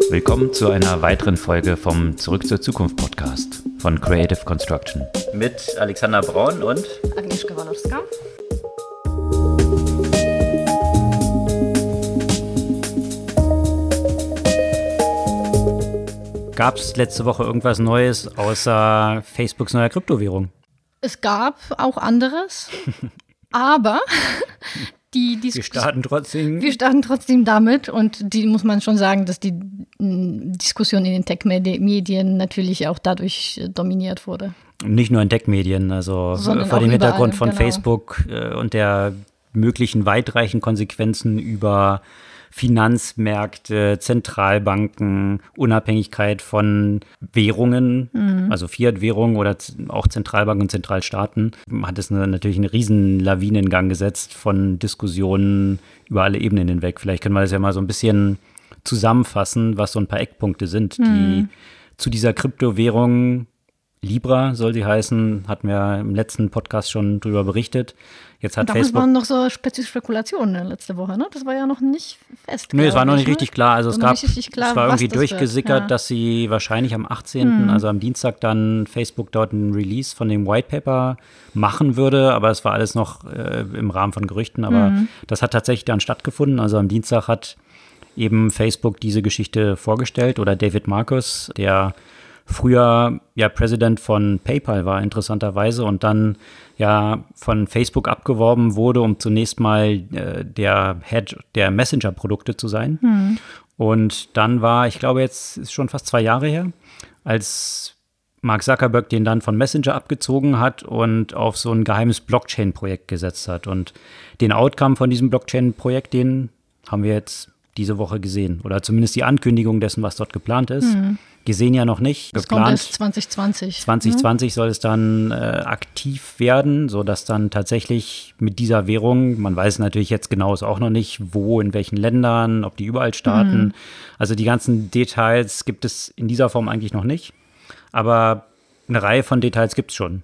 Willkommen zu einer weiteren Folge vom Zurück zur Zukunft Podcast von Creative Construction. Mit Alexander Braun und Agnieszka Walorska. Gab es letzte Woche irgendwas Neues außer Facebooks neuer Kryptowährung? Es gab auch anderes, aber wir starten trotzdem damit, und die muss man schon sagen, dass die Diskussion in den Tech-Medien natürlich auch dadurch dominiert wurde. Nicht nur in Tech-Medien, also sondern vor dem Hintergrund von genau. Facebook und der möglichen weitreichenden Konsequenzen über Finanzmärkte, Zentralbanken, Unabhängigkeit von Währungen, also Fiat-Währungen oder auch Zentralbanken und Zentralstaaten, hat es natürlich einen riesen Lawinengang gesetzt von Diskussionen über alle Ebenen hinweg. Vielleicht können wir das ja mal so ein bisschen zusammenfassen, was so ein paar Eckpunkte sind, die zu dieser Kryptowährung, Libra soll sie heißen, hatten wir im letzten Podcast schon drüber berichtet. Jetzt hat Damals Facebook waren noch so Spekulationen letzte Woche, ne? Das war ja noch nicht fest. Nee, es war noch nicht richtig klar. Also es war irgendwie das durchgesickert, ja. Dass sie wahrscheinlich am 18., also am Dienstag, dann Facebook dort ein Release von dem White Paper machen würde. Aber es war alles noch im Rahmen von Gerüchten. Aber das hat tatsächlich dann stattgefunden. Also am Dienstag hat eben Facebook diese Geschichte vorgestellt, oder David Marcus, der früher ja Präsident von PayPal war, interessanterweise, und dann ja von Facebook abgeworben wurde, um zunächst mal der Head der Messenger-Produkte zu sein. Und dann war, ich glaube, jetzt ist schon fast 2 Jahre her, als Mark Zuckerberg den dann von Messenger abgezogen hat und auf so ein geheimes Blockchain-Projekt gesetzt hat. Und den Outcome von diesem Blockchain-Projekt, den haben wir jetzt diese Woche gesehen. Oder zumindest die Ankündigung dessen, was dort geplant ist. Gesehen ja noch nicht. Das geplant. kommt erst 2020. 2020 soll es dann aktiv werden, sodass dann tatsächlich mit dieser Währung, man weiß natürlich jetzt genau ist auch noch nicht, wo, in welchen Ländern, ob die überall starten. Also die ganzen Details gibt es in dieser Form eigentlich noch nicht. Aber eine Reihe von Details gibt es schon.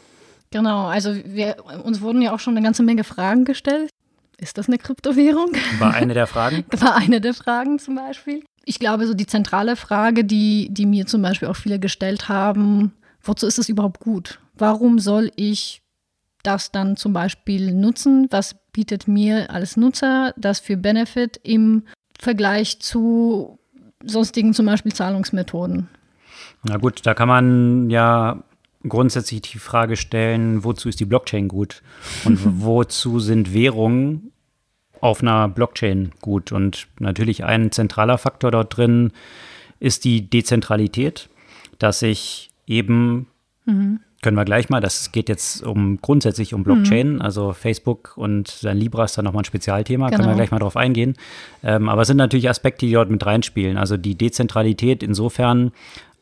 Genau, also uns wurden ja auch schon eine ganze Menge Fragen gestellt. Ist das eine Kryptowährung? War eine der Fragen? War eine der Fragen zum Beispiel. Ich glaube, so die zentrale Frage, die mir zum Beispiel auch viele gestellt haben, wozu ist es überhaupt gut? Warum soll ich das dann zum Beispiel nutzen? Was bietet mir als Nutzer das für Benefit im Vergleich zu sonstigen zum Beispiel Zahlungsmethoden? Na gut, da kann man ja grundsätzlich die Frage stellen, wozu ist die Blockchain gut? Und wozu sind Währungen auf einer Blockchain gut? Und natürlich ein zentraler Faktor dort drin ist die Dezentralität, dass ich eben, können wir gleich mal, das geht jetzt grundsätzlich um Blockchain, also Facebook und sein Libra ist dann nochmal ein Spezialthema, Genau. können wir gleich mal drauf eingehen. Aber es sind natürlich Aspekte, die dort mit reinspielen. Also die Dezentralität insofern,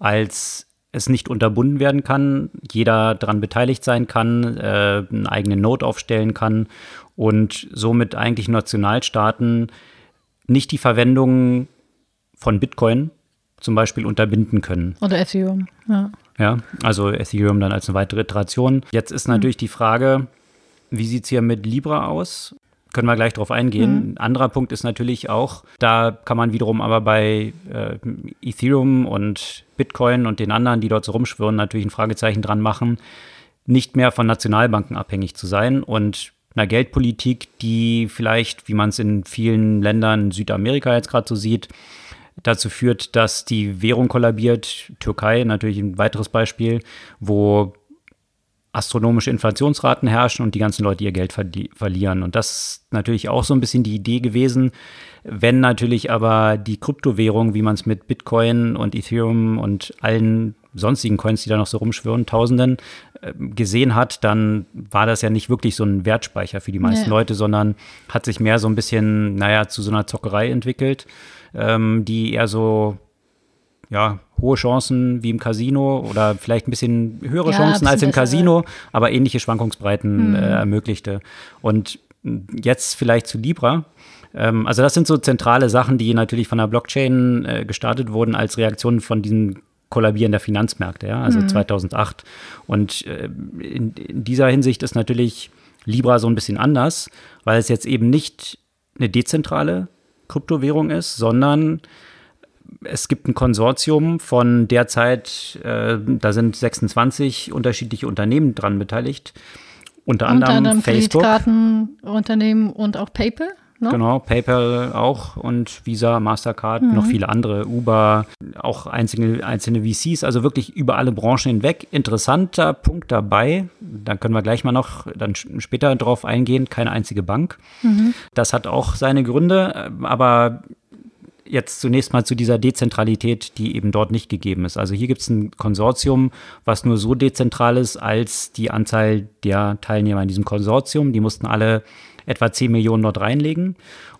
als es nicht unterbunden werden kann, jeder daran beteiligt sein kann, einen eigenen Node aufstellen kann und somit eigentlich Nationalstaaten nicht die Verwendung von Bitcoin zum Beispiel unterbinden können. Oder Ethereum, ja. Ja, also Ethereum dann als eine weitere Iteration. Jetzt ist natürlich die Frage, wie sieht es hier mit Libra aus? Können wir gleich drauf eingehen. Ein anderer Punkt ist natürlich auch, da kann man wiederum aber bei Ethereum und Bitcoin und den anderen, die dort so rumschwirren, natürlich ein Fragezeichen dran machen, nicht mehr von Nationalbanken abhängig zu sein und einer Geldpolitik, die vielleicht, wie man es in vielen Ländern Südamerika jetzt gerade so sieht, dazu führt, dass die Währung kollabiert. Türkei natürlich ein weiteres Beispiel, wo astronomische Inflationsraten herrschen und die ganzen Leute ihr Geld verlieren. Und das ist natürlich auch so ein bisschen die Idee gewesen, wenn natürlich aber die Kryptowährung, wie man es mit Bitcoin und Ethereum und allen sonstigen Coins, die da noch so rumschwirren, Tausenden, gesehen hat, dann war das ja nicht wirklich so ein Wertspeicher für die meisten Leute, sondern hat sich mehr so ein bisschen, zu so einer Zockerei entwickelt, die eher so, hohe Chancen wie im Casino oder vielleicht ein bisschen höhere Chancen als im Casino, aber ähnliche Schwankungsbreiten ermöglichte. Und jetzt vielleicht zu Libra. Also das sind so zentrale Sachen, die natürlich von der Blockchain gestartet wurden als Reaktion von diesem Kollabieren der Finanzmärkte, also 2008. Und in dieser Hinsicht ist natürlich Libra so ein bisschen anders, weil es jetzt eben nicht eine dezentrale Kryptowährung ist, sondern Es gibt ein Konsortium von derzeit, da sind 26 unterschiedliche Unternehmen dran beteiligt. Unter anderem Facebook. Kreditkartenunternehmen und auch PayPal. No? Genau, PayPal auch und Visa, Mastercard, noch viele andere, Uber, auch einzelne VCs, also wirklich über alle Branchen hinweg. Interessanter Punkt dabei, da können wir gleich mal noch dann später drauf eingehen, keine einzige Bank. Das hat auch seine Gründe, aber jetzt zunächst mal zu dieser Dezentralität, die eben dort nicht gegeben ist. Also hier gibt es ein Konsortium, was nur so dezentral ist, als die Anzahl der Teilnehmer in diesem Konsortium. Die mussten alle etwa 10 Millionen dort reinlegen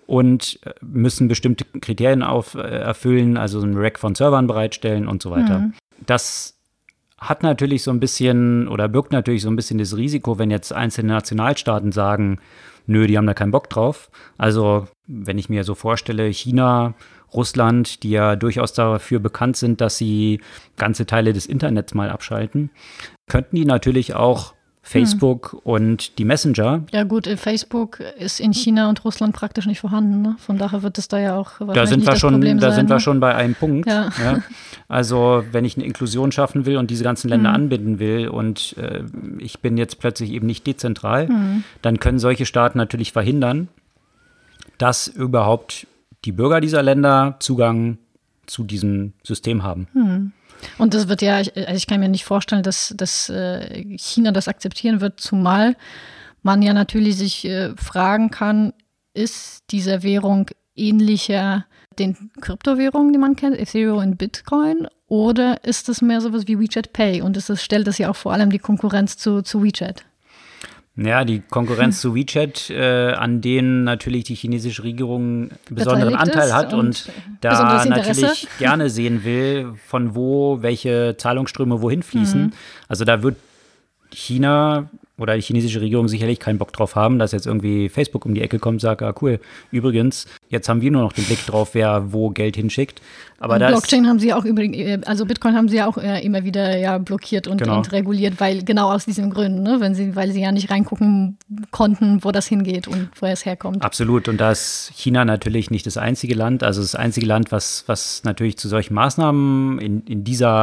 und müssen bestimmte Kriterien erfüllen, also ein Rack von Servern bereitstellen und so weiter. Das hat natürlich so ein bisschen oder birgt natürlich so ein bisschen das Risiko, wenn jetzt einzelne Nationalstaaten sagen, nö, die haben da keinen Bock drauf. Also wenn ich mir so vorstelle, China, Russland, die ja durchaus dafür bekannt sind, dass sie ganze Teile des Internets mal abschalten, könnten die natürlich auch Facebook und die Messenger. Ja gut, Facebook ist in China und Russland praktisch nicht vorhanden. Ne? Von daher wird es da ja auch wahrscheinlich nicht das Problem sein. Da sind wir schon bei einem Punkt. Ja. Ja. Also wenn ich eine Inklusion schaffen will und diese ganzen Länder anbinden will und ich bin jetzt plötzlich eben nicht dezentral, dann können solche Staaten natürlich verhindern, dass überhaupt die Bürger dieser Länder Zugang zu diesem System haben. Und das wird ja, ich kann mir nicht vorstellen, dass China das akzeptieren wird, zumal man ja natürlich sich fragen kann, ist diese Währung ähnlicher den Kryptowährungen, die man kennt, Ethereum und Bitcoin, oder ist es mehr sowas wie WeChat Pay? Und stellt das ja auch vor allem die Konkurrenz zu WeChat. Ja, die Konkurrenz zu WeChat, an denen natürlich die chinesische Regierung einen besonderen Anteil hat und da natürlich gerne sehen will, von wo welche Zahlungsströme wohin fließen. Also da wird China oder die chinesische Regierung sicherlich keinen Bock drauf haben, dass jetzt irgendwie Facebook um die Ecke kommt und sagt, cool, übrigens, jetzt haben wir nur noch den Blick drauf, wer wo Geld hinschickt. Aber Blockchain haben sie auch übrigens, also Bitcoin haben sie ja auch immer wieder blockiert und reguliert, weil genau aus diesen Gründen, ne? Weil sie ja nicht reingucken konnten, wo das hingeht und woher es herkommt. Absolut. Und da ist China natürlich nicht das einzige Land, also das einzige Land, was natürlich zu solchen Maßnahmen in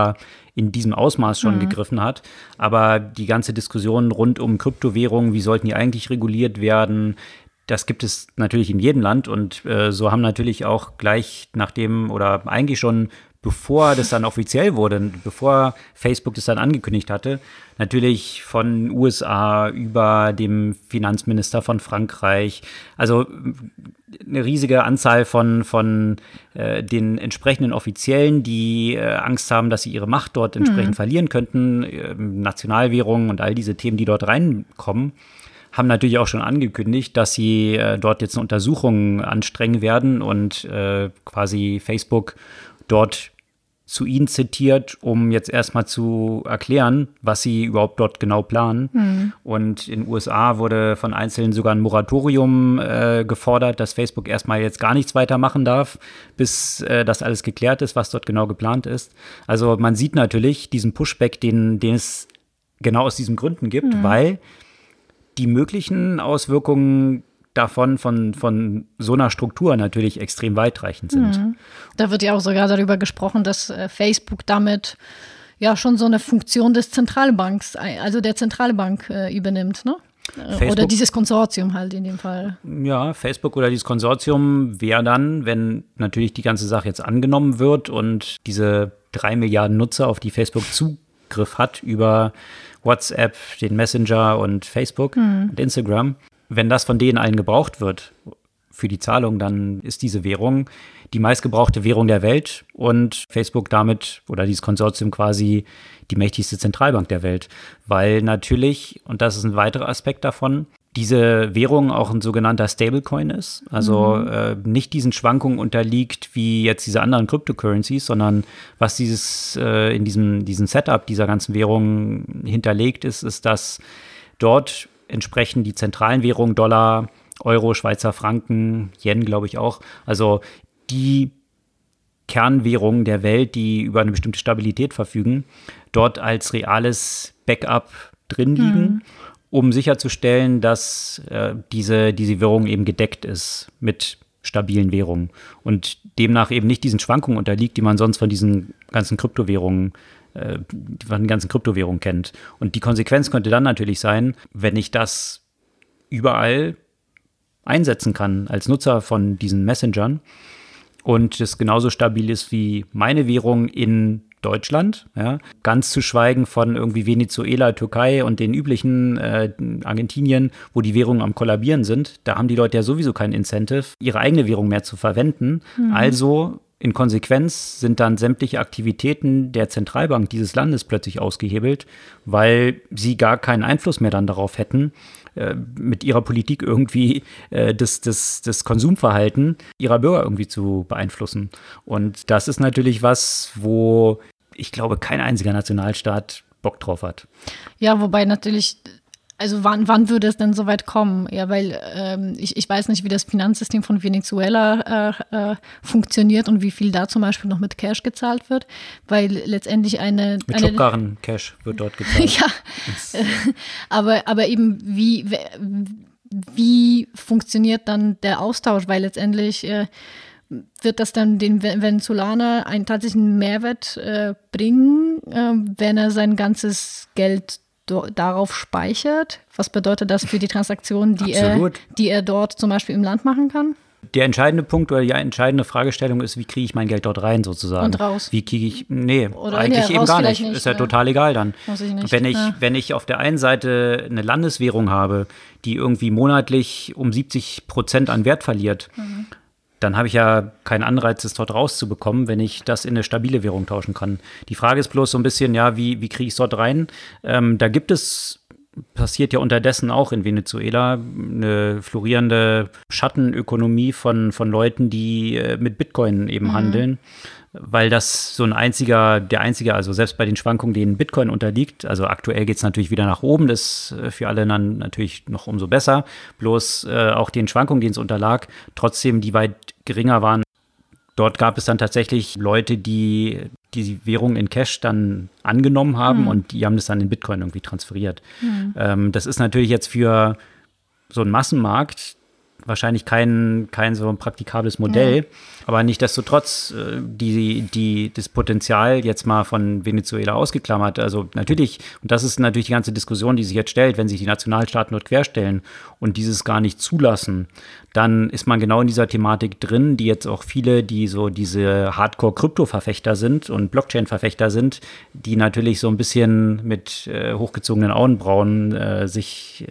diesem Ausmaß schon gegriffen hat. Aber die ganze Diskussion rund um Kryptowährungen, wie sollten die eigentlich reguliert werden, das gibt es natürlich in jedem Land. Und so haben natürlich auch gleich nachdem oder eigentlich schon bevor das dann offiziell wurde, bevor Facebook das dann angekündigt hatte, natürlich von USA über dem Finanzminister von Frankreich, also eine riesige Anzahl von den entsprechenden Offiziellen, die Angst haben, dass sie ihre Macht dort entsprechend verlieren könnten, Nationalwährungen und all diese Themen, die dort reinkommen, haben natürlich auch schon angekündigt, dass sie dort jetzt eine Untersuchung anstrengen werden und quasi Facebook dort zu ihnen zitiert, um jetzt erstmal zu erklären, was sie überhaupt dort genau planen. Und in den USA wurde von Einzelnen sogar ein Moratorium gefordert, dass Facebook erstmal jetzt gar nichts weitermachen darf, bis das alles geklärt ist, was dort genau geplant ist. Also man sieht natürlich diesen Pushback, den es genau aus diesen Gründen gibt, weil die möglichen Auswirkungen davon von so einer Struktur natürlich extrem weitreichend sind. Da wird ja auch sogar darüber gesprochen, dass Facebook damit ja schon so eine Funktion des Zentralbanks, also der Zentralbank übernimmt, ne? Oder dieses Konsortium halt in dem Fall. Ja, Facebook oder dieses Konsortium wäre dann, wenn natürlich die ganze Sache jetzt angenommen wird und diese 3 Milliarden Nutzer, auf die Facebook Zugriff hat über WhatsApp, den Messenger und Facebook und Instagram, wenn das von denen allen gebraucht wird für die Zahlung, dann ist diese Währung die meistgebrauchte Währung der Welt und Facebook damit oder dieses Konsortium quasi die mächtigste Zentralbank der Welt. Weil natürlich, und das ist ein weiterer Aspekt davon, diese Währung auch ein sogenannter Stablecoin ist, also nicht diesen Schwankungen unterliegt wie jetzt diese anderen Cryptocurrencies, sondern was in diesem Setup dieser ganzen Währungen hinterlegt ist, dass dort entsprechend die zentralen Währungen Dollar, Euro, Schweizer Franken, Yen, glaube ich auch, also die Kernwährungen der Welt, die über eine bestimmte Stabilität verfügen, dort als reales Backup drin liegen, um sicherzustellen, dass diese Währung eben gedeckt ist mit stabilen Währung und demnach eben nicht diesen Schwankungen unterliegt, die man sonst von diesen ganzen Kryptowährungen kennt. Und die Konsequenz könnte dann natürlich sein, wenn ich das überall einsetzen kann als Nutzer von diesen Messengern und es genauso stabil ist wie meine Währung in Deutschland, ja, ganz zu schweigen von irgendwie Venezuela, Türkei und den üblichen Argentinien, wo die Währungen am Kollabieren sind. Da haben die Leute ja sowieso kein Incentive, ihre eigene Währung mehr zu verwenden. Also in Konsequenz sind dann sämtliche Aktivitäten der Zentralbank dieses Landes plötzlich ausgehebelt, weil sie gar keinen Einfluss mehr dann darauf hätten, mit ihrer Politik irgendwie das Konsumverhalten ihrer Bürger irgendwie zu beeinflussen. Und das ist natürlich was, wo ich glaube, kein einziger Nationalstaat Bock drauf hat. Ja, wobei natürlich, also wann würde es denn so weit kommen? Ja, weil ich weiß nicht, wie das Finanzsystem von Venezuela funktioniert und wie viel da zum Beispiel noch mit Cash gezahlt wird, weil letztendlich mit Schubkarren Cash wird dort gezahlt. Ja, aber eben wie funktioniert dann der Austausch, weil letztendlich wird das dann den Venezolaner einen tatsächlichen Mehrwert bringen, wenn er sein ganzes Geld darauf speichert? Was bedeutet das für die Transaktionen, die er dort zum Beispiel im Land machen kann? Der entscheidende Punkt oder die entscheidende Fragestellung ist, wie kriege ich mein Geld dort rein sozusagen? Und raus. Wie kriege ich, eigentlich eben gar nicht. Ist ja total egal dann. Muss ich nicht. Wenn ich auf der einen Seite eine Landeswährung habe, die irgendwie monatlich um 70% an Wert verliert, dann habe ich ja keinen Anreiz, das dort rauszubekommen, wenn ich das in eine stabile Währung tauschen kann. Die Frage ist bloß so ein bisschen, ja, wie kriege ich es dort rein? Passiert ja unterdessen auch in Venezuela eine florierende Schattenökonomie von Leuten, die mit Bitcoin eben handeln, weil das so der einzige, also selbst bei den Schwankungen, denen Bitcoin unterliegt, also aktuell geht es natürlich wieder nach oben, das ist für alle dann natürlich noch umso besser, bloß auch den Schwankungen, denen es unterlag, trotzdem die weit geringer waren. Dort gab es dann tatsächlich Leute, die Währung in Cash dann angenommen haben und die haben das dann in Bitcoin irgendwie transferiert. Das ist natürlich jetzt für so einen Massenmarkt wahrscheinlich kein so ein praktikables Modell, aber nichtsdestotrotz das Potenzial jetzt mal von Venezuela ausgeklammert. Also natürlich, und das ist natürlich die ganze Diskussion, die sich jetzt stellt, wenn sich die Nationalstaaten dort querstellen und dieses gar nicht zulassen, dann ist man genau in dieser Thematik drin, die jetzt auch viele, die so diese Hardcore-Krypto-Verfechter sind und Blockchain-Verfechter sind, die natürlich so ein bisschen mit hochgezogenen Augenbrauen sich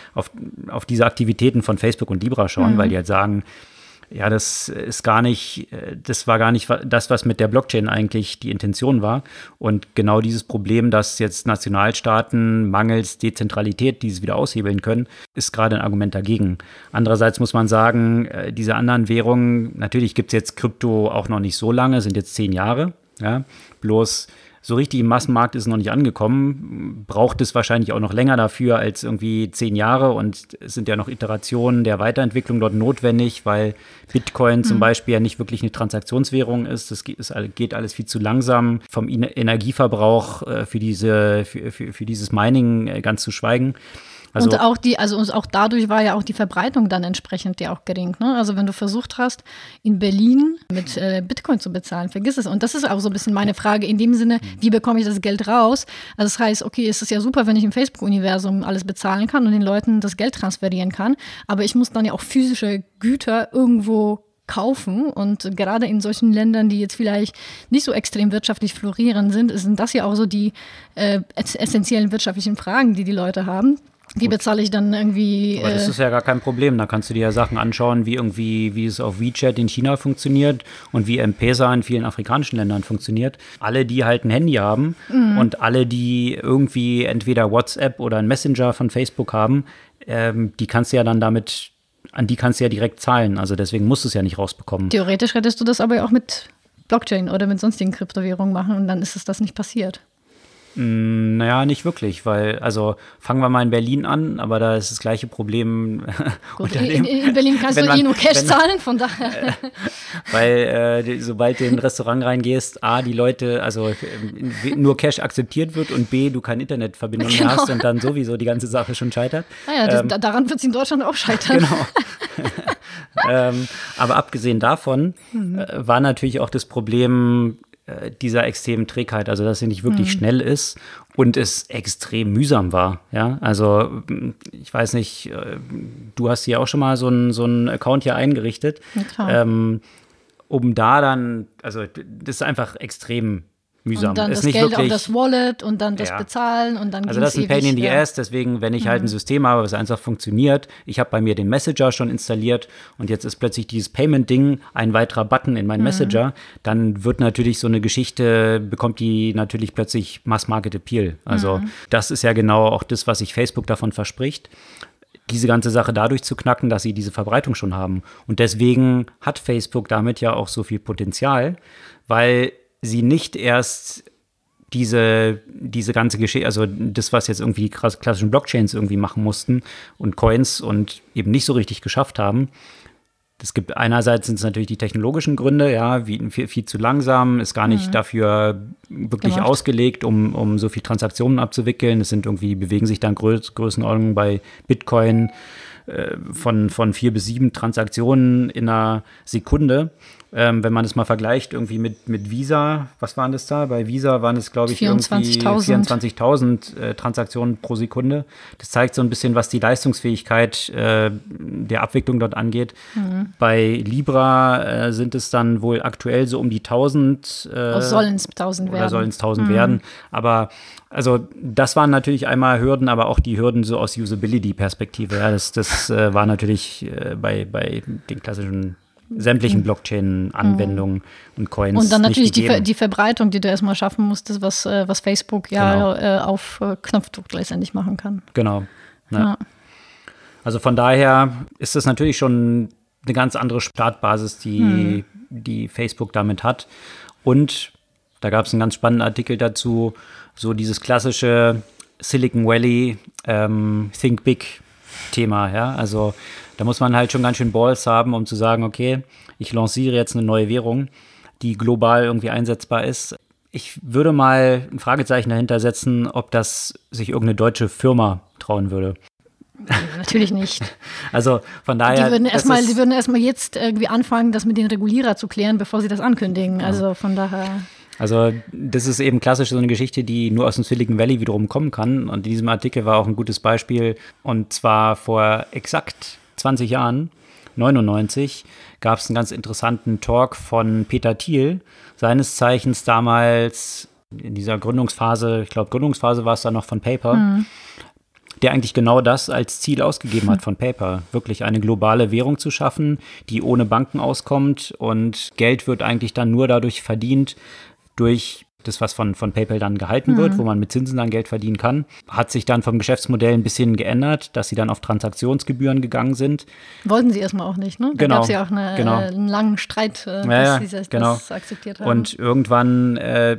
auf diese Aktivitäten von Facebook und Libra schauen, weil die halt sagen, ja, das war gar nicht das, was mit der Blockchain eigentlich die Intention war. Und genau dieses Problem, dass jetzt Nationalstaaten mangels Dezentralität dieses wieder aushebeln können, ist gerade ein Argument dagegen. Andererseits muss man sagen, diese anderen Währungen, natürlich gibt es jetzt Krypto auch noch nicht so lange, sind jetzt 10 Jahre, ja, bloß so richtig im Massenmarkt ist es noch nicht angekommen, braucht es wahrscheinlich auch noch länger dafür als irgendwie 10 Jahre und es sind ja noch Iterationen der Weiterentwicklung dort notwendig, weil Bitcoin zum Beispiel ja nicht wirklich eine Transaktionswährung ist. Das geht alles viel zu langsam, vom Energieverbrauch für dieses Mining ganz zu schweigen. Also, und auch dadurch war ja auch die Verbreitung dann entsprechend ja auch gering. Ne? Also wenn du versucht hast, in Berlin mit Bitcoin zu bezahlen, vergiss es. Und das ist auch so ein bisschen meine Frage in dem Sinne, wie bekomme ich das Geld raus? Also das heißt, okay, es ist ja super, wenn ich im Facebook-Universum alles bezahlen kann und den Leuten das Geld transferieren kann, aber ich muss dann ja auch physische Güter irgendwo kaufen und gerade in solchen Ländern, die jetzt vielleicht nicht so extrem wirtschaftlich florieren sind das ja auch so die essentiellen wirtschaftlichen Fragen, die Leute haben. Wie bezahle ich dann irgendwie? Aber das ist ja gar kein Problem. Da kannst du dir ja Sachen anschauen, wie es auf WeChat in China funktioniert und wie M-Pesa in vielen afrikanischen Ländern funktioniert. Alle, die halt ein Handy haben und alle, die irgendwie entweder WhatsApp oder einen Messenger von Facebook haben, die kannst du ja dann an die kannst du ja direkt zahlen. Also deswegen musst du es ja nicht rausbekommen. Theoretisch hättest du das aber ja auch mit Blockchain oder mit sonstigen Kryptowährungen machen und dann ist das nicht passiert. Naja, nicht wirklich, weil, also fangen wir mal in Berlin an, aber da ist das gleiche Problem. Gut, in Berlin kannst du nur Cash zahlen, von daher. Weil sobald du in ein Restaurant reingehst, A, die Leute, also nur Cash akzeptiert wird und B, du keine Internetverbindung mehr hast und dann sowieso die ganze Sache schon scheitert. Naja, daran wird es in Deutschland auch scheitern. Genau. Aber abgesehen davon war natürlich auch das Problem dieser extremen Trägheit, also dass sie nicht wirklich schnell ist und es extrem mühsam war. Ja, also ich weiß nicht, du hast hier auch schon mal so einen Account hier eingerichtet, um da dann, also das ist einfach extrem mühsam. Und dann ist das nicht Geld wirklich, auf das Wallet und dann das Bezahlen und dann also das ist ein Pain in the Ass, deswegen, wenn ich halt ein System habe, was einfach funktioniert, ich habe bei mir den Messenger schon installiert und jetzt ist plötzlich dieses Payment-Ding ein weiterer Button in meinen Messenger, dann wird natürlich so eine Geschichte, bekommt die natürlich plötzlich Mass-Market-Appeal. Also das ist ja genau auch das, was sich Facebook davon verspricht, diese ganze Sache dadurch zu knacken, dass sie diese Verbreitung schon haben. Und deswegen hat Facebook damit ja auch so viel Potenzial, weil sie nicht erst diese ganze Geschichte, also das, was jetzt irgendwie die klassischen Blockchains irgendwie machen mussten und Coins und eben nicht so richtig geschafft haben. Es gibt einerseits sind es natürlich die technologischen Gründe, ja, wie viel zu langsam, ist gar nicht dafür wirklich ausgelegt, um so viel Transaktionen abzuwickeln. Es sind irgendwie, bewegen sich dann Größenordnungen bei Bitcoin von 4 bis 7 Transaktionen in einer Sekunde. Wenn man das mal vergleicht irgendwie mit Visa, was waren das da? Bei Visa waren es, glaube ich, 24.000 Transaktionen pro Sekunde. Das zeigt so ein bisschen, was die Leistungsfähigkeit der Abwicklung dort angeht. Bei Libra sind es dann wohl aktuell so um die 1.000. Sollen es 1.000 werden. Oder sollen es 1.000 werden. Aber also das waren natürlich einmal Hürden, aber auch die Hürden so aus Usability-Perspektive. Ja, das war natürlich bei den klassischen sämtlichen Blockchain-Anwendungen und Coins. Und dann natürlich nicht die Verbreitung, die du erstmal schaffen musstest, was Facebook auf Knopfdruck letztendlich machen kann. Genau. Ja. Also von daher ist das natürlich schon eine ganz andere Startbasis, die Facebook damit hat. Und da gab es einen ganz spannenden Artikel dazu, so dieses klassische Silicon Valley Think Big Thema, ja, also da muss man halt schon ganz schön Balls haben, um zu sagen, okay, ich lanciere jetzt eine neue Währung, die global irgendwie einsetzbar ist. Ich würde mal ein Fragezeichen dahinter setzen, ob das sich irgendeine deutsche Firma trauen würde. Natürlich nicht. Also von daher. Die würden erstmal jetzt irgendwie anfangen, das mit den Regulierer zu klären, bevor sie das ankündigen. Ja. Also von daher. Also das ist eben klassisch so eine Geschichte, die nur aus dem Silicon Valley wiederum kommen kann. Und in diesem Artikel war auch ein gutes Beispiel. Und zwar vor exakt 20 Jahren, 99, gab es einen ganz interessanten Talk von Peter Thiel, seines Zeichens damals in dieser Gründungsphase, ich glaube Gründungsphase war es dann noch von PayPal, der eigentlich genau das als Ziel ausgegeben hat von PayPal, wirklich eine globale Währung zu schaffen, die ohne Banken auskommt und Geld wird eigentlich dann nur dadurch verdient, durch das, was von PayPal dann gehalten wird, wo man mit Zinsen dann Geld verdienen kann, hat sich dann vom Geschäftsmodell ein bisschen geändert, dass sie dann auf Transaktionsgebühren gegangen sind. Wollten sie erstmal auch nicht, ne? Da gab es ja auch einen langen Streit, dass sie das akzeptiert haben. Und irgendwann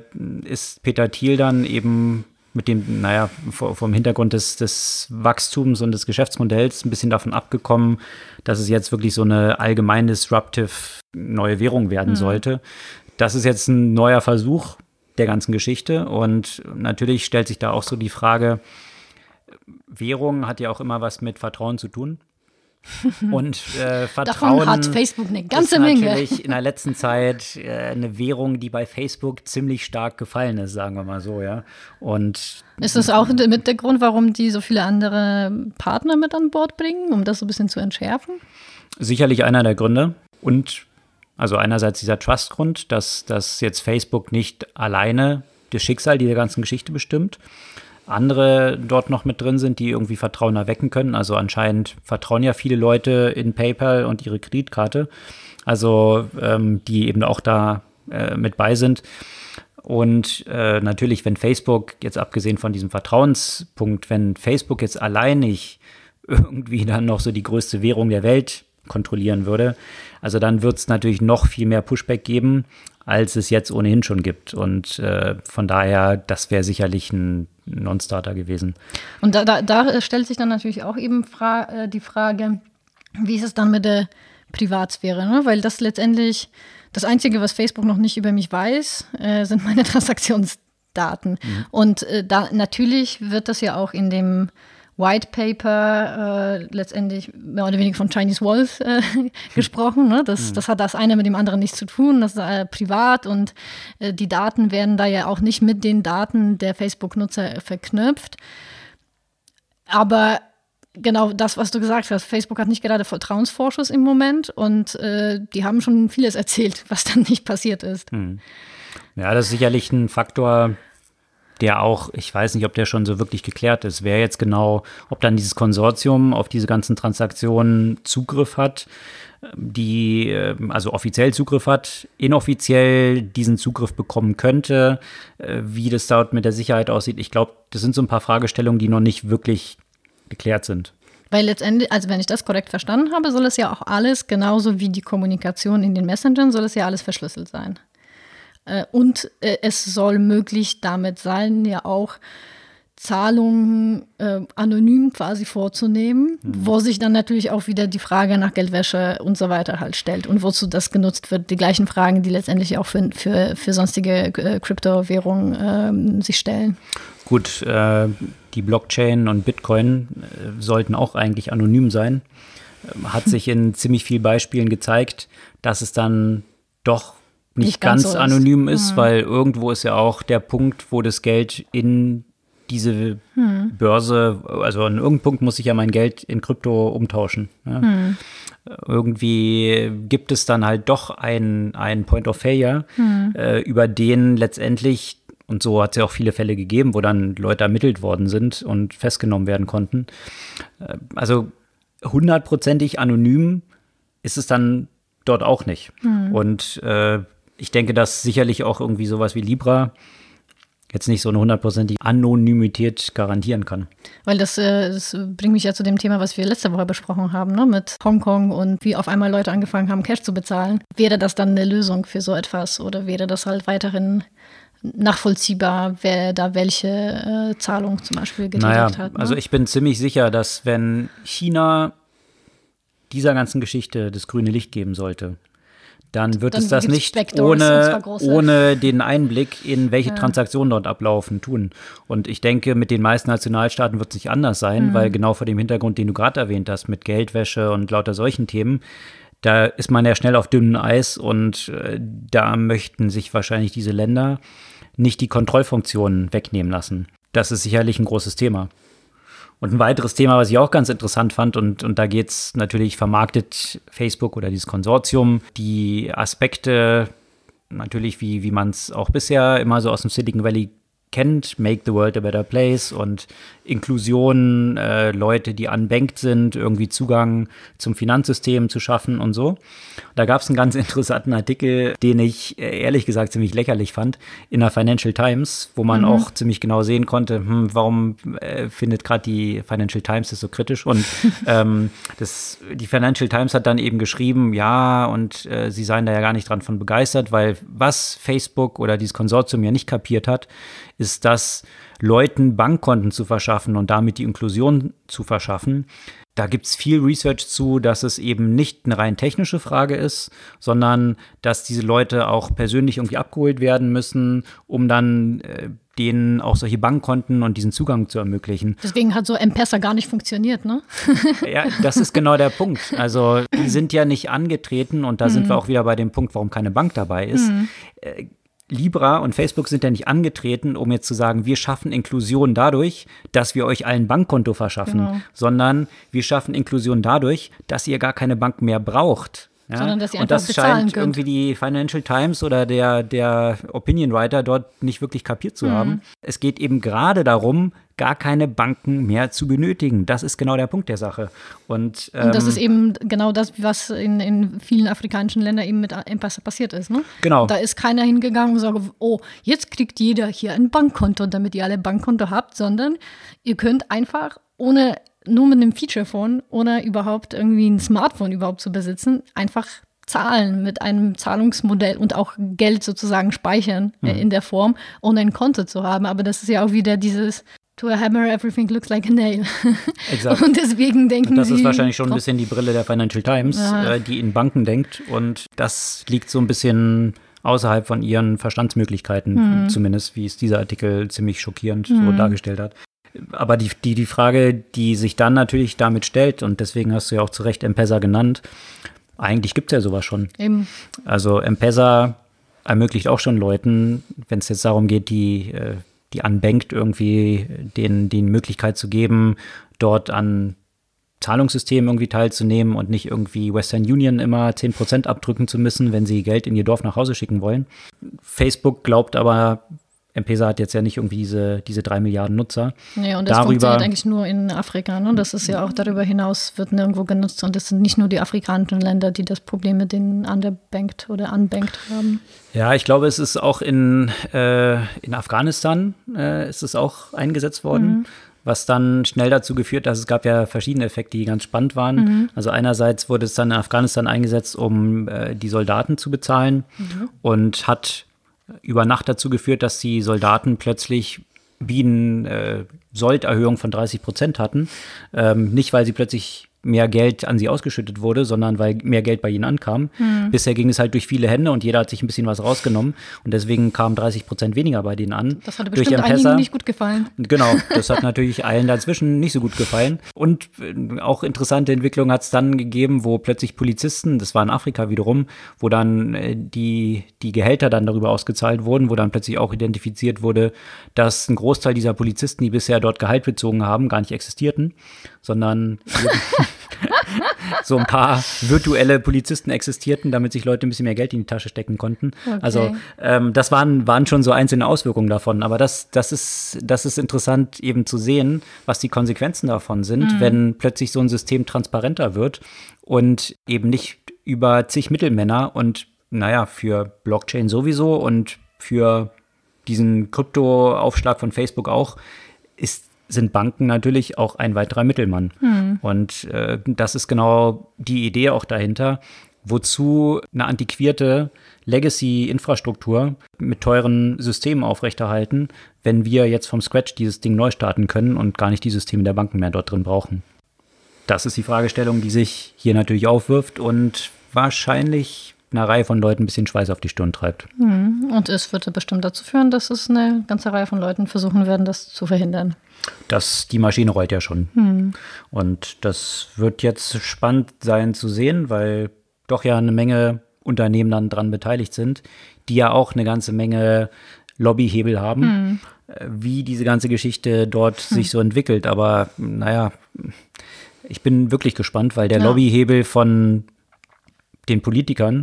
ist Peter Thiel dann eben mit dem, vom Hintergrund des Wachstums und des Geschäftsmodells ein bisschen davon abgekommen, dass es jetzt wirklich so eine allgemein disruptive neue Währung werden sollte. Das ist jetzt ein neuer Versuch der ganzen Geschichte und natürlich stellt sich da auch so die Frage, Währung hat ja auch immer was mit Vertrauen zu tun. Und Vertrauen davon hat Facebook eine ganze ist Menge. Natürlich in der letzten Zeit eine Währung, die bei Facebook ziemlich stark gefallen ist, sagen wir mal so, ja. Und ist das auch mit der Grund, warum die so viele andere Partner mit an Bord bringen, um das so ein bisschen zu entschärfen? Sicherlich einer der Gründe. Und also einerseits dieser Trust-Grund, dass jetzt Facebook nicht alleine das Schicksal dieser ganzen Geschichte bestimmt. Andere dort noch mit drin sind, die irgendwie Vertrauen erwecken können. Also anscheinend vertrauen ja viele Leute in PayPal und ihre Kreditkarte, also die eben auch da mit bei sind. Und natürlich, wenn Facebook, jetzt abgesehen von diesem Vertrauenspunkt, wenn Facebook jetzt alleinig irgendwie dann noch so die größte Währung der Welt kontrollieren würde, also dann wird es natürlich noch viel mehr Pushback geben, als es jetzt ohnehin schon gibt. Und von daher, das wäre sicherlich ein Non-Starter gewesen. Und da stellt sich dann natürlich auch eben die Frage, wie ist es dann mit der Privatsphäre? Ne? Weil das letztendlich, das Einzige, was Facebook noch nicht über mich weiß, sind meine Transaktionsdaten. Und da natürlich wird das ja auch in dem White Paper letztendlich mehr oder weniger von Chinese Walls gesprochen. Ne? Das hat das eine mit dem anderen nichts zu tun. Das ist privat und die Daten werden da ja auch nicht mit den Daten der Facebook-Nutzer verknüpft. Aber genau das, was du gesagt hast, Facebook hat nicht gerade Vertrauensvorschuss im Moment und die haben schon vieles erzählt, was dann nicht passiert ist. Ja, das ist sicherlich ein Faktor, der auch, ich weiß nicht, ob der schon so wirklich geklärt ist, wer jetzt genau, ob dann dieses Konsortium auf diese ganzen Transaktionen Zugriff hat, also offiziell Zugriff hat, inoffiziell diesen Zugriff bekommen könnte, wie das dort mit der Sicherheit aussieht. Ich glaube, das sind so ein paar Fragestellungen, die noch nicht wirklich geklärt sind. Weil letztendlich, also wenn ich das korrekt verstanden habe, soll es ja auch alles, genauso wie die Kommunikation in den Messengern, soll es ja alles verschlüsselt sein. Und es soll möglich damit sein, ja auch Zahlungen anonym quasi vorzunehmen, wo sich dann natürlich auch wieder die Frage nach Geldwäsche und so weiter halt stellt und wozu das genutzt wird. Die gleichen Fragen, die letztendlich auch für sonstige Kryptowährungen sich stellen. Gut, die Blockchain und Bitcoin sollten auch eigentlich anonym sein. Hat sich in ziemlich vielen Beispielen gezeigt, dass es dann doch nicht ganz so anonym ist, weil irgendwo ist ja auch der Punkt, wo das Geld in diese Börse, also an irgendeinem Punkt muss ich ja mein Geld in Krypto umtauschen. Ja. Irgendwie gibt es dann halt doch einen Point of Failure, über den letztendlich, und so hat es ja auch viele Fälle gegeben, wo dann Leute ermittelt worden sind und festgenommen werden konnten. Also 100%ig anonym ist es dann dort auch nicht. Und ich denke, dass sicherlich auch irgendwie sowas wie Libra jetzt nicht so eine 100%ige Anonymität garantieren kann. Weil das bringt mich ja zu dem Thema, was wir letzte Woche besprochen haben, ne? Mit Hongkong und wie auf einmal Leute angefangen haben, Cash zu bezahlen. Wäre das dann eine Lösung für so etwas oder wäre das halt weiterhin nachvollziehbar, wer da welche Zahlung zum Beispiel getätigt hat? Ne? Also ich bin ziemlich sicher, dass wenn China dieser ganzen Geschichte das grüne Licht geben sollte, dann wird es das nicht ohne den Einblick in welche Transaktionen dort ablaufen tun. Und ich denke, mit den meisten Nationalstaaten wird es nicht anders sein, weil genau vor dem Hintergrund, den du gerade erwähnt hast, mit Geldwäsche und lauter solchen Themen, da ist man ja schnell auf dünnem Eis und da möchten sich wahrscheinlich diese Länder nicht die Kontrollfunktionen wegnehmen lassen. Das ist sicherlich ein großes Thema. Und ein weiteres Thema, was ich auch ganz interessant fand, und da geht es natürlich, vermarktet Facebook oder dieses Konsortium die Aspekte natürlich, wie man es auch bisher immer so aus dem Silicon Valley kennt, make the world a better place und Inklusion, Leute, die unbanked sind, irgendwie Zugang zum Finanzsystem zu schaffen und so. Da gab es einen ganz interessanten Artikel, den ich ehrlich gesagt ziemlich lächerlich fand, in der Financial Times, wo man auch ziemlich genau sehen konnte, warum findet gerade die Financial Times das so kritisch? Und die Financial Times hat dann eben geschrieben, ja, und sie seien da ja gar nicht dran von begeistert, weil was Facebook oder dieses Konsortium ja nicht kapiert hat, ist, dass Leuten Bankkonten zu verschaffen und damit die Inklusion zu verschaffen. Da gibt es viel Research zu, dass es eben nicht eine rein technische Frage ist, sondern dass diese Leute auch persönlich irgendwie abgeholt werden müssen, um dann denen auch solche Bankkonten und diesen Zugang zu ermöglichen. Deswegen hat so M-Pesa gar nicht funktioniert, ne? Ja, das ist genau der Punkt. Also die sind ja nicht angetreten und da sind wir auch wieder bei dem Punkt, warum keine Bank dabei ist. Libra und Facebook sind ja nicht angetreten, um jetzt zu sagen, wir schaffen Inklusion dadurch, dass wir euch allen Bankkonto verschaffen, sondern wir schaffen Inklusion dadurch, dass ihr gar keine Bank mehr braucht. Ja? Sondern dass ihr und einfach das scheint könnt. irgendwie die Financial Times oder der Opinion Writer dort nicht wirklich kapiert zu haben. Es geht eben gerade darum, gar keine Banken mehr zu benötigen. Das ist genau der Punkt der Sache. Und das ist eben genau das, was in vielen afrikanischen Ländern eben mit M-Pesa passiert ist. Ne? Genau. Da ist keiner hingegangen und sagt, oh, jetzt kriegt jeder hier ein Bankkonto, damit ihr alle Bankkonto habt, sondern ihr könnt einfach nur mit einem Feature-Phone, ohne überhaupt irgendwie ein Smartphone überhaupt zu besitzen, einfach zahlen mit einem Zahlungsmodell und auch Geld sozusagen speichern in der Form, ohne ein Konto zu haben. Aber das ist ja auch wieder dieses To a hammer, everything looks like a nail. Exakt. Und deswegen denken das ist wahrscheinlich schon ein bisschen die Brille der Financial Times, die in Banken denkt. Und das liegt so ein bisschen außerhalb von ihren Verstandsmöglichkeiten, zumindest wie es dieser Artikel ziemlich schockierend so dargestellt hat. Aber die Frage, die sich dann natürlich damit stellt, und deswegen hast du ja auch zu Recht M-Pesa genannt, eigentlich gibt es ja sowas schon. Eben. Also M-Pesa ermöglicht auch schon Leuten, wenn es jetzt darum geht, die unbanked irgendwie denen die Möglichkeit zu geben, dort an Zahlungssystemen irgendwie teilzunehmen und nicht irgendwie Western Union immer 10% abdrücken zu müssen, wenn sie Geld in ihr Dorf nach Hause schicken wollen. Facebook glaubt aber, M-Pesa hat jetzt ja nicht irgendwie diese 3 Milliarden Nutzer. Nee, und das funktioniert eigentlich nur in Afrika. Ne? Das ist ja auch darüber hinaus, wird nirgendwo genutzt. Und es sind nicht nur die afrikanischen Länder, die das Problem mit den underbanked oder unbanked haben. Ja, ich glaube, es ist auch in Afghanistan ist es auch eingesetzt worden, was dann schnell dazu geführt, dass es gab ja verschiedene Effekte, die ganz spannend waren. Also einerseits wurde es dann in Afghanistan eingesetzt, um die Soldaten zu bezahlen und hat über Nacht dazu geführt, dass die Soldaten plötzlich wie eine Solderhöhung von 30% hatten. Nicht, weil sie plötzlich mehr Geld an sie ausgeschüttet wurde, sondern weil mehr Geld bei ihnen ankam. Bisher ging es halt durch viele Hände und jeder hat sich ein bisschen was rausgenommen und deswegen kamen 30% weniger bei denen an. Das hatte bestimmt einigen nicht gut gefallen. Genau, das hat natürlich allen dazwischen nicht so gut gefallen. Und auch interessante Entwicklungen hat es dann gegeben, wo plötzlich Polizisten, das war in Afrika wiederum, wo dann die Gehälter dann darüber ausgezahlt wurden, wo dann plötzlich auch identifiziert wurde, dass ein Großteil dieser Polizisten, die bisher dort Gehalt bezogen haben, gar nicht existierten, sondern so ein paar virtuelle Polizisten existierten, damit sich Leute ein bisschen mehr Geld in die Tasche stecken konnten. Okay. Also das waren schon so einzelne Auswirkungen davon. Aber das ist interessant eben zu sehen, was die Konsequenzen davon sind, wenn plötzlich so ein System transparenter wird und eben nicht über zig Mittelmänner und für Blockchain sowieso und für diesen Kryptoaufschlag von Facebook auch sind Banken natürlich auch ein weiterer Mittelmann. Und das ist genau die Idee auch dahinter, wozu eine antiquierte Legacy-Infrastruktur mit teuren Systemen aufrechterhalten, wenn wir jetzt vom Scratch dieses Ding neu starten können und gar nicht die Systeme der Banken mehr dort drin brauchen. Das ist die Fragestellung, die sich hier natürlich aufwirft und wahrscheinlich einer Reihe von Leuten ein bisschen Schweiß auf die Stirn treibt. Und es wird bestimmt dazu führen, dass es eine ganze Reihe von Leuten versuchen werden, das zu verhindern. Die Maschine rollt ja schon. Und das wird jetzt spannend sein zu sehen, weil doch ja eine Menge Unternehmen dann dran beteiligt sind, die ja auch eine ganze Menge Lobbyhebel haben, wie diese ganze Geschichte dort sich so entwickelt. Aber ich bin wirklich gespannt, weil der Lobbyhebel von den Politikern,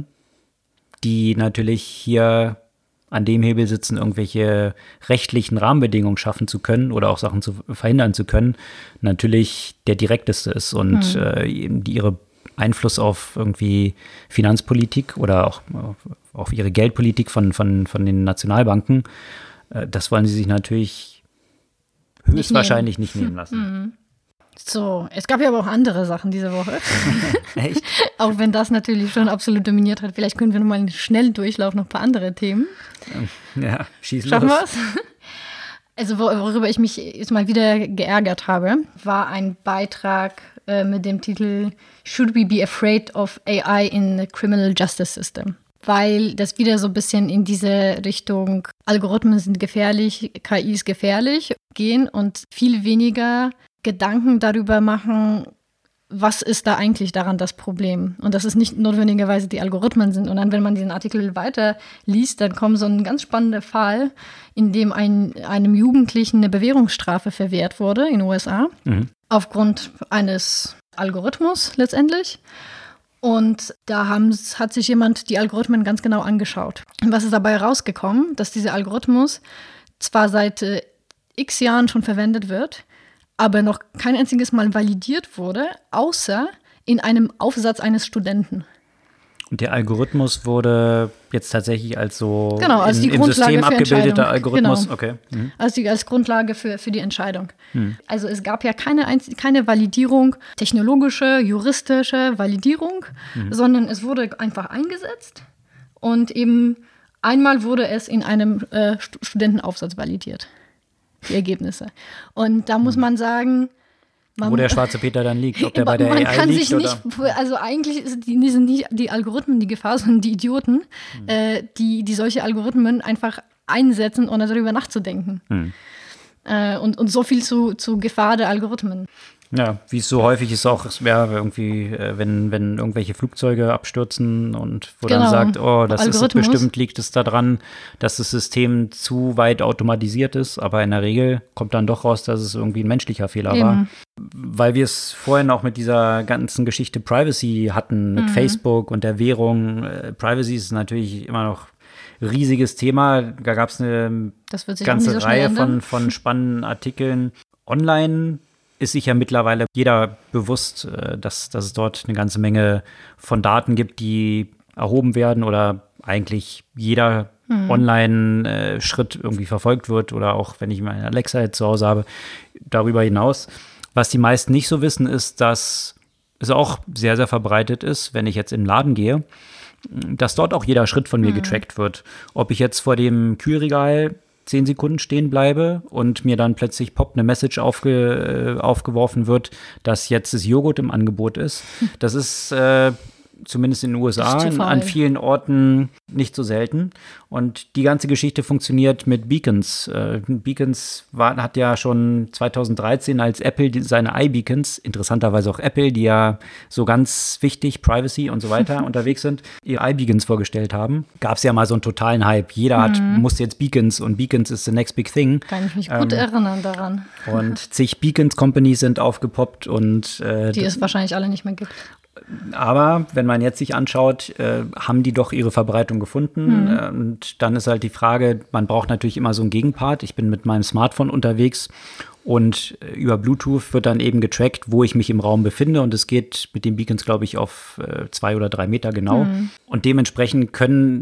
die natürlich hier an dem Hebel sitzen, irgendwelche rechtlichen Rahmenbedingungen schaffen zu können oder auch Sachen zu verhindern zu können, natürlich der direkteste ist und ihre Einfluss auf irgendwie Finanzpolitik oder auch auf ihre Geldpolitik von den Nationalbanken, das wollen sie sich natürlich höchstwahrscheinlich nicht nehmen lassen. So, es gab ja aber auch andere Sachen diese Woche. Echt? Auch wenn das natürlich schon absolut dominiert hat. Vielleicht können wir nochmal einen schnellen Durchlauf noch ein paar andere Themen. Ja, schieß los. Schaffen wir es? Also worüber ich mich jetzt mal wieder geärgert habe, war ein Beitrag mit dem Titel Should we be afraid of AI in the criminal justice system? Weil das wieder so ein bisschen in diese Richtung Algorithmen sind gefährlich, KI ist gefährlich gehen und viel weniger Gedanken darüber machen, was ist da eigentlich daran das Problem? Und dass es nicht notwendigerweise die Algorithmen sind. Und dann, wenn man diesen Artikel weiter liest, dann kommt so ein ganz spannender Fall, in dem einem Jugendlichen eine Bewährungsstrafe verwehrt wurde in den USA, aufgrund eines Algorithmus letztendlich. Und da hat sich jemand die Algorithmen ganz genau angeschaut. Und was ist dabei rausgekommen? Dass dieser Algorithmus zwar seit x Jahren schon verwendet wird, aber noch kein einziges Mal validiert wurde, außer in einem Aufsatz eines Studenten. Und der Algorithmus wurde jetzt tatsächlich als so die im System abgebildeter Algorithmus. Genau. Okay. Also als Grundlage für die Entscheidung. Also es gab ja keine Validierung, technologische, juristische Validierung, sondern es wurde einfach eingesetzt und eben einmal wurde es in einem Studentenaufsatz validiert. Die Ergebnisse. Und da muss man sagen, wo der schwarze Peter dann liegt, ob der bei der man AI kann liegt sich oder? Nicht, also eigentlich sind nicht die Algorithmen die Gefahr, sondern die Idioten, die solche Algorithmen einfach einsetzen, ohne darüber nachzudenken. Und so viel zu Gefahr der Algorithmen. Ja, wie es so häufig ist auch, irgendwie, wenn irgendwelche Flugzeuge abstürzen und wo dann sagt, oh, das ist bestimmt, liegt es daran, dass das System zu weit automatisiert ist, aber in der Regel kommt dann doch raus, dass es irgendwie ein menschlicher Fehler war. Weil wir es vorhin auch mit dieser ganzen Geschichte Privacy hatten, mit Facebook und der Währung. Privacy ist natürlich immer noch riesiges Thema. Da gab es eine ganze Reihe von spannenden Artikeln. Online ist sich ja mittlerweile jeder bewusst, dass es dort eine ganze Menge von Daten gibt, die erhoben werden oder eigentlich jeder Online-Schritt irgendwie verfolgt wird oder auch, wenn ich meine Alexa jetzt zu Hause habe, darüber hinaus. Was die meisten nicht so wissen, ist, dass es auch sehr, sehr verbreitet ist, wenn ich jetzt in den Laden gehe, dass dort auch jeder Schritt von mir getrackt wird. Ob ich jetzt vor dem Kühlregal 10 Sekunden stehen bleibe und mir dann plötzlich poppt eine Message aufgeworfen wird, dass jetzt das Joghurt im Angebot ist. Das ist zumindest in den USA an vielen Orten nicht so selten. Und die ganze Geschichte funktioniert mit Beacons. Beacons hat ja schon 2013, als Apple seine iBeacons, interessanterweise auch Apple, die ja so ganz wichtig, Privacy und so weiter unterwegs sind, ihre iBeacons vorgestellt haben, gab es ja mal so einen totalen Hype. Jeder musste jetzt Beacons und Beacons ist the next big thing. Kann ich mich gut erinnern daran. Und zig Beacons-Companies sind aufgepoppt und die es wahrscheinlich alle nicht mehr gibt. Aber wenn man jetzt sich anschaut, haben die doch ihre Verbreitung gefunden. Und dann ist halt die Frage, man braucht natürlich immer so einen Gegenpart. Ich bin mit meinem Smartphone unterwegs und über Bluetooth wird dann eben getrackt, wo ich mich im Raum befinde. Und es geht mit den Beacons, glaube ich, auf 2 oder 3 Meter genau. Und dementsprechend kann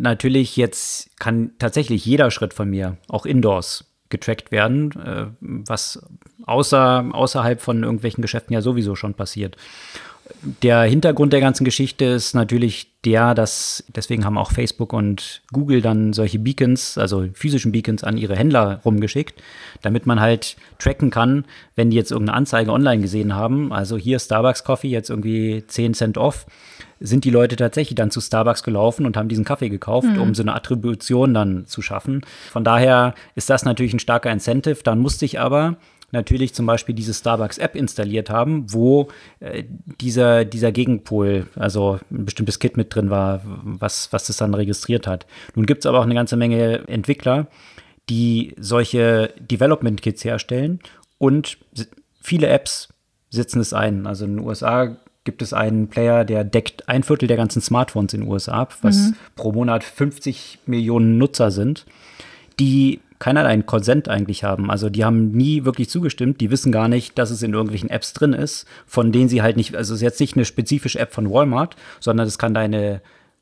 tatsächlich jeder Schritt von mir, auch indoors, getrackt werden, was außerhalb von irgendwelchen Geschäften ja sowieso schon passiert. Der Hintergrund der ganzen Geschichte ist natürlich deswegen haben auch Facebook und Google dann solche Beacons, also physischen Beacons an ihre Händler rumgeschickt, damit man halt tracken kann, wenn die jetzt irgendeine Anzeige online gesehen haben, also hier Starbucks Coffee, jetzt irgendwie 10 Cent off, sind die Leute tatsächlich dann zu Starbucks gelaufen und haben diesen Kaffee gekauft, um so eine Attribution dann zu schaffen. Von daher ist das natürlich ein starker Incentive. Dann musste ich aber natürlich zum Beispiel diese Starbucks-App installiert haben, wo dieser Gegenpol, also ein bestimmtes Kit mit drin war, was das dann registriert hat. Nun gibt es aber auch eine ganze Menge Entwickler, die solche Development-Kits herstellen und viele Apps setzen es ein. Also in den USA gibt es einen Player, der deckt 1/4 der ganzen Smartphones in den USA ab, was pro Monat 50 Millionen Nutzer sind, die keinerlei Consent eigentlich haben. Also die haben nie wirklich zugestimmt. Die wissen gar nicht, dass es in irgendwelchen Apps drin ist, von denen sie halt nicht, also es ist jetzt nicht eine spezifische App von Walmart, sondern es kann deine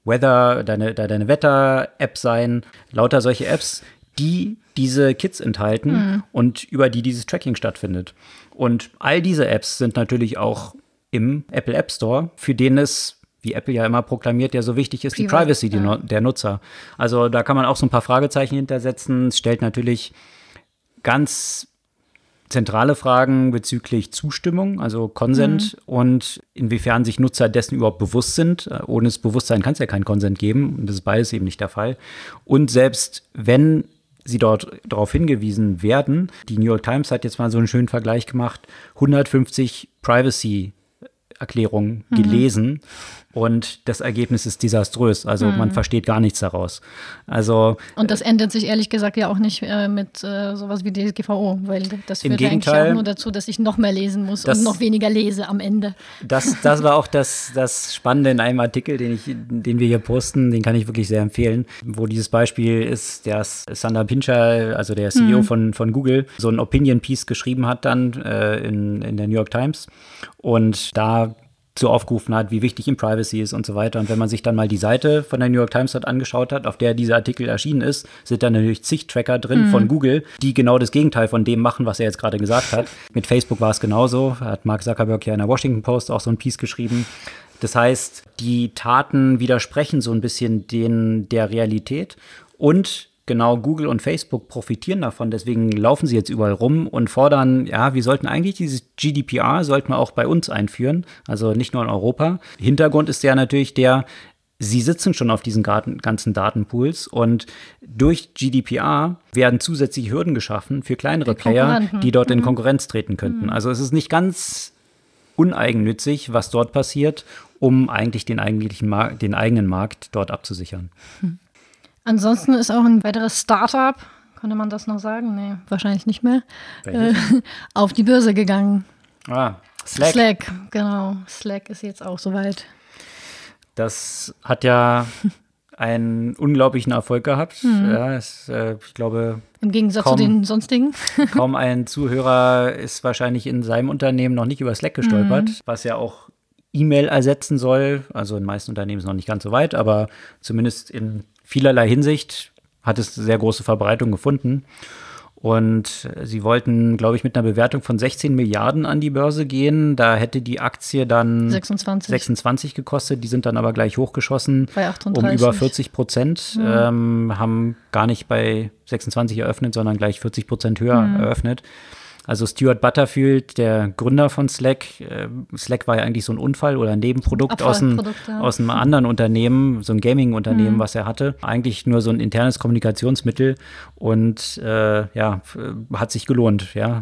Wetter-App sein, lauter solche Apps, die diese Kits enthalten und über die dieses Tracking stattfindet. Und all diese Apps sind natürlich auch im Apple App Store, für den es, wie Apple ja immer proklamiert, ja so wichtig ist, die Privacy der Nutzer. Also da kann man auch so ein paar Fragezeichen hintersetzen. Es stellt natürlich ganz zentrale Fragen bezüglich Zustimmung, also Consent und inwiefern sich Nutzer dessen überhaupt bewusst sind. Ohne das Bewusstsein kann es ja keinen Consent geben und das ist beides eben nicht der Fall. Und selbst wenn sie darauf hingewiesen werden, die New York Times hat jetzt mal so einen schönen Vergleich gemacht, 150 Privacy-Erklärungen gelesen. Und das Ergebnis ist desaströs. Also man versteht gar nichts daraus. Also, und das ändert sich ehrlich gesagt ja auch nicht mit sowas wie DSGVO, weil das führt ja eigentlich auch nur dazu, dass ich noch mehr lesen muss und noch weniger lese am Ende. Das war auch das Spannende in einem Artikel, den wir hier posten, den kann ich wirklich sehr empfehlen, wo dieses Beispiel ist, dass Sundar Pichai, also der CEO von Google, so ein Opinion-Piece geschrieben hat dann in der New York Times und da so aufgerufen hat, wie wichtig ihm Privacy ist und so weiter. Und wenn man sich dann mal die Seite von der New York Times dort angeschaut hat, auf der dieser Artikel erschienen ist, sind da natürlich zig Tracker drin von Google, die genau das Gegenteil von dem machen, was er jetzt gerade gesagt hat. Mit Facebook war es genauso. Hat Mark Zuckerberg ja in der Washington Post auch so ein Piece geschrieben. Das heißt, die Taten widersprechen so ein bisschen der Realität und genau, Google und Facebook profitieren davon, deswegen laufen sie jetzt überall rum und fordern, ja, wir sollten eigentlich dieses GDPR, sollten wir auch bei uns einführen, also nicht nur in Europa. Hintergrund ist ja natürlich sie sitzen schon auf diesen ganzen Datenpools und durch GDPR werden zusätzliche Hürden geschaffen für kleinere Player, die dort in Konkurrenz treten könnten. Also es ist nicht ganz uneigennützig, was dort passiert, um eigentlich den eigenen Markt dort abzusichern. Ansonsten ist auch ein weiteres Startup, könnte man das noch sagen? Nee, wahrscheinlich nicht mehr, auf die Börse gegangen. Slack, genau. Slack ist jetzt auch soweit. Das hat ja einen unglaublichen Erfolg gehabt. Ja, ich glaube, im Gegensatz zu den sonstigen. Kaum ein Zuhörer ist wahrscheinlich in seinem Unternehmen noch nicht über Slack gestolpert, was ja auch E-Mail ersetzen soll. Also in den meisten Unternehmen ist es noch nicht ganz so weit, aber zumindest in vielerlei Hinsicht hat es sehr große Verbreitung gefunden. Und sie wollten, glaube ich, mit einer Bewertung von 16 Milliarden an die Börse gehen. Da hätte die Aktie dann 26 gekostet. Die sind dann aber gleich hochgeschossen um über 40%. Haben gar nicht bei 26 eröffnet, sondern gleich 40% höher eröffnet. Also Stuart Butterfield, der Gründer von Slack, Slack war ja eigentlich so ein Unfall oder ein Nebenprodukt aus einem anderen Unternehmen, so ein Gaming-Unternehmen, was er hatte. Eigentlich nur so ein internes Kommunikationsmittel und hat sich gelohnt. Ja,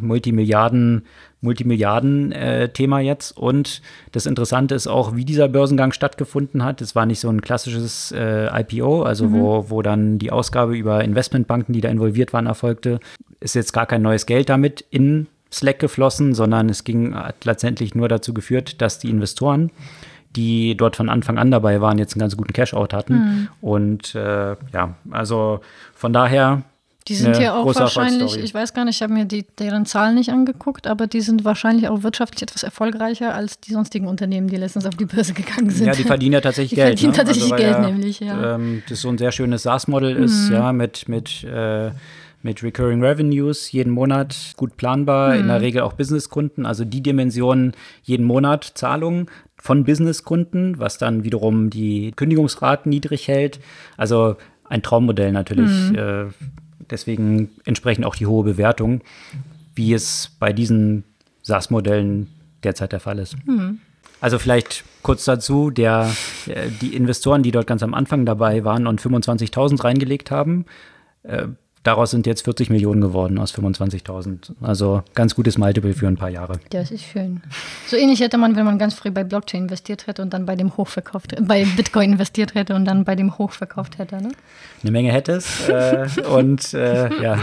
Multimilliarden-Thema jetzt. Und das Interessante ist auch, wie dieser Börsengang stattgefunden hat. Es war nicht so ein klassisches IPO, also wo dann die Ausgabe über Investmentbanken, die da involviert waren, erfolgte. Ist jetzt gar kein neues Geld damit in Slack geflossen, sondern hat letztendlich nur dazu geführt, dass die Investoren, die dort von Anfang an dabei waren, jetzt einen ganz guten Cash-Out hatten. Und also von daher die sind ja auch wahrscheinlich, ich weiß gar nicht, ich habe mir deren Zahlen nicht angeguckt, aber die sind wahrscheinlich auch wirtschaftlich etwas erfolgreicher als die sonstigen Unternehmen, die letztens auf die Börse gegangen sind. Ja, die verdienen ja tatsächlich Geld. Die verdienen tatsächlich Geld, nämlich, ja. Das so ein sehr schönes SaaS-Model ist, ja, mit Recurring Revenues jeden Monat gut planbar, in der Regel auch Businesskunden, also die Dimension jeden Monat Zahlungen von Businesskunden, was dann wiederum die Kündigungsraten niedrig hält. Also ein Traummodell natürlich. Deswegen entsprechend auch die hohe Bewertung, wie es bei diesen SaaS-Modellen derzeit der Fall ist. Also vielleicht kurz dazu, die Investoren, die dort ganz am Anfang dabei waren und 25.000 reingelegt haben, daraus sind jetzt 40 Millionen geworden aus 25.000. Also ganz gutes Multiple für ein paar Jahre. Das ist schön. So ähnlich hätte man, wenn man ganz früh bei Blockchain investiert hätte und dann bei Bitcoin investiert hätte und dann bei dem hochverkauft hätte, ne? Eine Menge hätte es. Ja.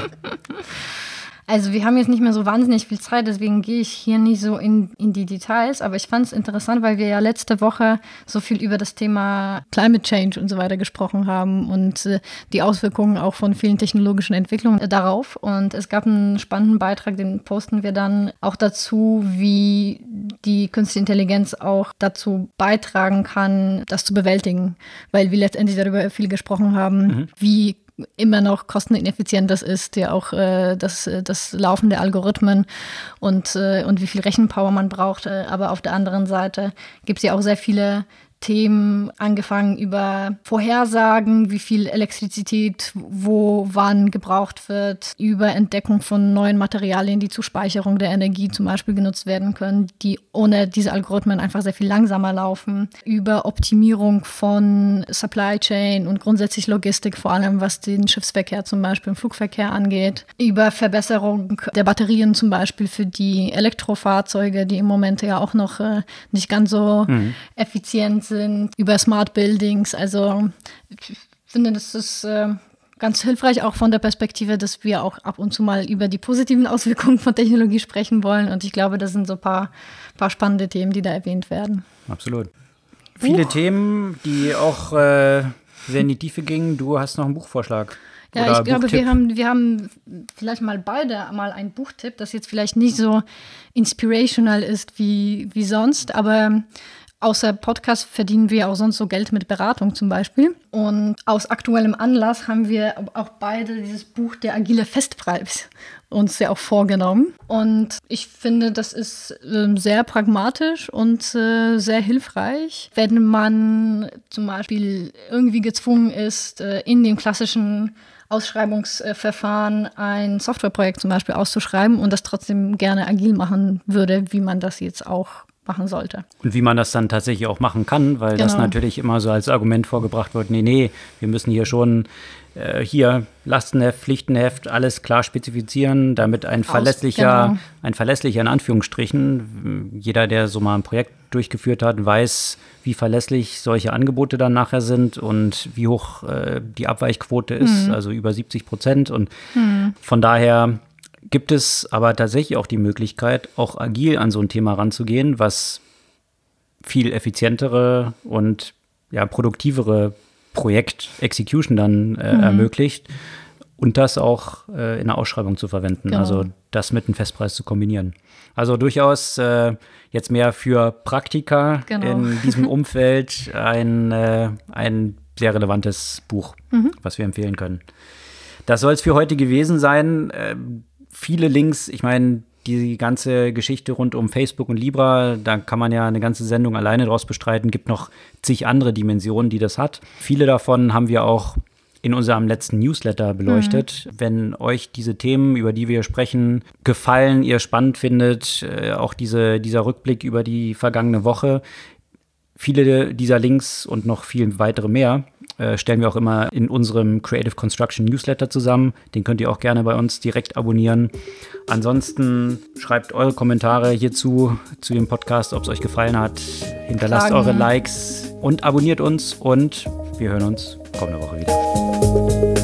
Also wir haben jetzt nicht mehr so wahnsinnig viel Zeit, deswegen gehe ich hier nicht so in die Details. Aber ich fand es interessant, weil wir ja letzte Woche so viel über das Thema Climate Change und so weiter gesprochen haben und die Auswirkungen auch von vielen technologischen Entwicklungen darauf. Und es gab einen spannenden Beitrag, den posten wir dann auch dazu, wie die künstliche Intelligenz auch dazu beitragen kann, das zu bewältigen. Weil wir letztendlich darüber viel gesprochen haben, wie immer noch kostenineffizient das ist, ja auch das Laufen der Algorithmen und wie viel Rechenpower man braucht. Aber auf der anderen Seite gibt es ja auch sehr viele Themen, angefangen über Vorhersagen, wie viel Elektrizität wann gebraucht wird, über Entdeckung von neuen Materialien, die zur Speicherung der Energie zum Beispiel genutzt werden können, die ohne diese Algorithmen einfach sehr viel langsamer laufen, über Optimierung von Supply Chain und grundsätzlich Logistik, vor allem was den Schiffsverkehr zum Beispiel, im Flugverkehr angeht, über Verbesserung der Batterien zum Beispiel für die Elektrofahrzeuge, die im Moment ja auch noch nicht ganz so effizient sind, über Smart Buildings. Also ich finde, das ist ganz hilfreich, auch von der Perspektive, dass wir auch ab und zu mal über die positiven Auswirkungen von Technologie sprechen wollen. Und ich glaube, das sind so ein paar spannende Themen, die da erwähnt werden. Absolut. Viele Themen, die auch sehr in die Tiefe gingen. Du hast noch einen Buchvorschlag. Ja, ich glaube, wir haben vielleicht mal beide einen Buchtipp, das jetzt vielleicht nicht so inspirational ist wie sonst, aber außer Podcast verdienen wir auch sonst so Geld mit Beratung zum Beispiel. Und aus aktuellem Anlass haben wir auch beide dieses Buch Der agile Festpreis uns ja auch vorgenommen. Und ich finde, das ist sehr pragmatisch und sehr hilfreich, wenn man zum Beispiel irgendwie gezwungen ist, in dem klassischen Ausschreibungsverfahren ein Softwareprojekt zum Beispiel auszuschreiben und das trotzdem gerne agil machen würde, wie man das jetzt auch machen sollte. Und wie man das dann tatsächlich auch machen kann, weil das natürlich immer so als Argument vorgebracht wird, nee, wir müssen hier schon hier Lastenheft, Pflichtenheft, alles klar spezifizieren, damit ein verlässlicher in Anführungsstrichen, jeder, der so mal ein Projekt durchgeführt hat, weiß, wie verlässlich solche Angebote dann nachher sind und wie hoch die Abweichquote ist, also über 70%. Und von daher gibt es aber tatsächlich auch die Möglichkeit, auch agil an so ein Thema ranzugehen, was viel effizientere und produktivere Projekt-Execution dann ermöglicht und das auch in der Ausschreibung zu verwenden, also das mit einem Festpreis zu kombinieren. Also durchaus jetzt mehr für Praktika in diesem Umfeld ein sehr relevantes Buch, was wir empfehlen können. Das soll es für heute gewesen sein. Viele Links, ich meine, die ganze Geschichte rund um Facebook und Libra, da kann man ja eine ganze Sendung alleine draus bestreiten, gibt noch zig andere Dimensionen, die das hat. Viele davon haben wir auch in unserem letzten Newsletter beleuchtet. Wenn euch diese Themen, über die wir sprechen, gefallen, ihr spannend findet, auch dieser Rückblick über die vergangene Woche, viele dieser Links und noch viel weitere mehr stellen wir auch immer in unserem Creative Construction Newsletter zusammen. Den könnt ihr auch gerne bei uns direkt abonnieren. Ansonsten schreibt eure Kommentare hierzu, zu dem Podcast, ob es euch gefallen hat. Hinterlasst eure Likes und abonniert uns und wir hören uns kommende Woche wieder.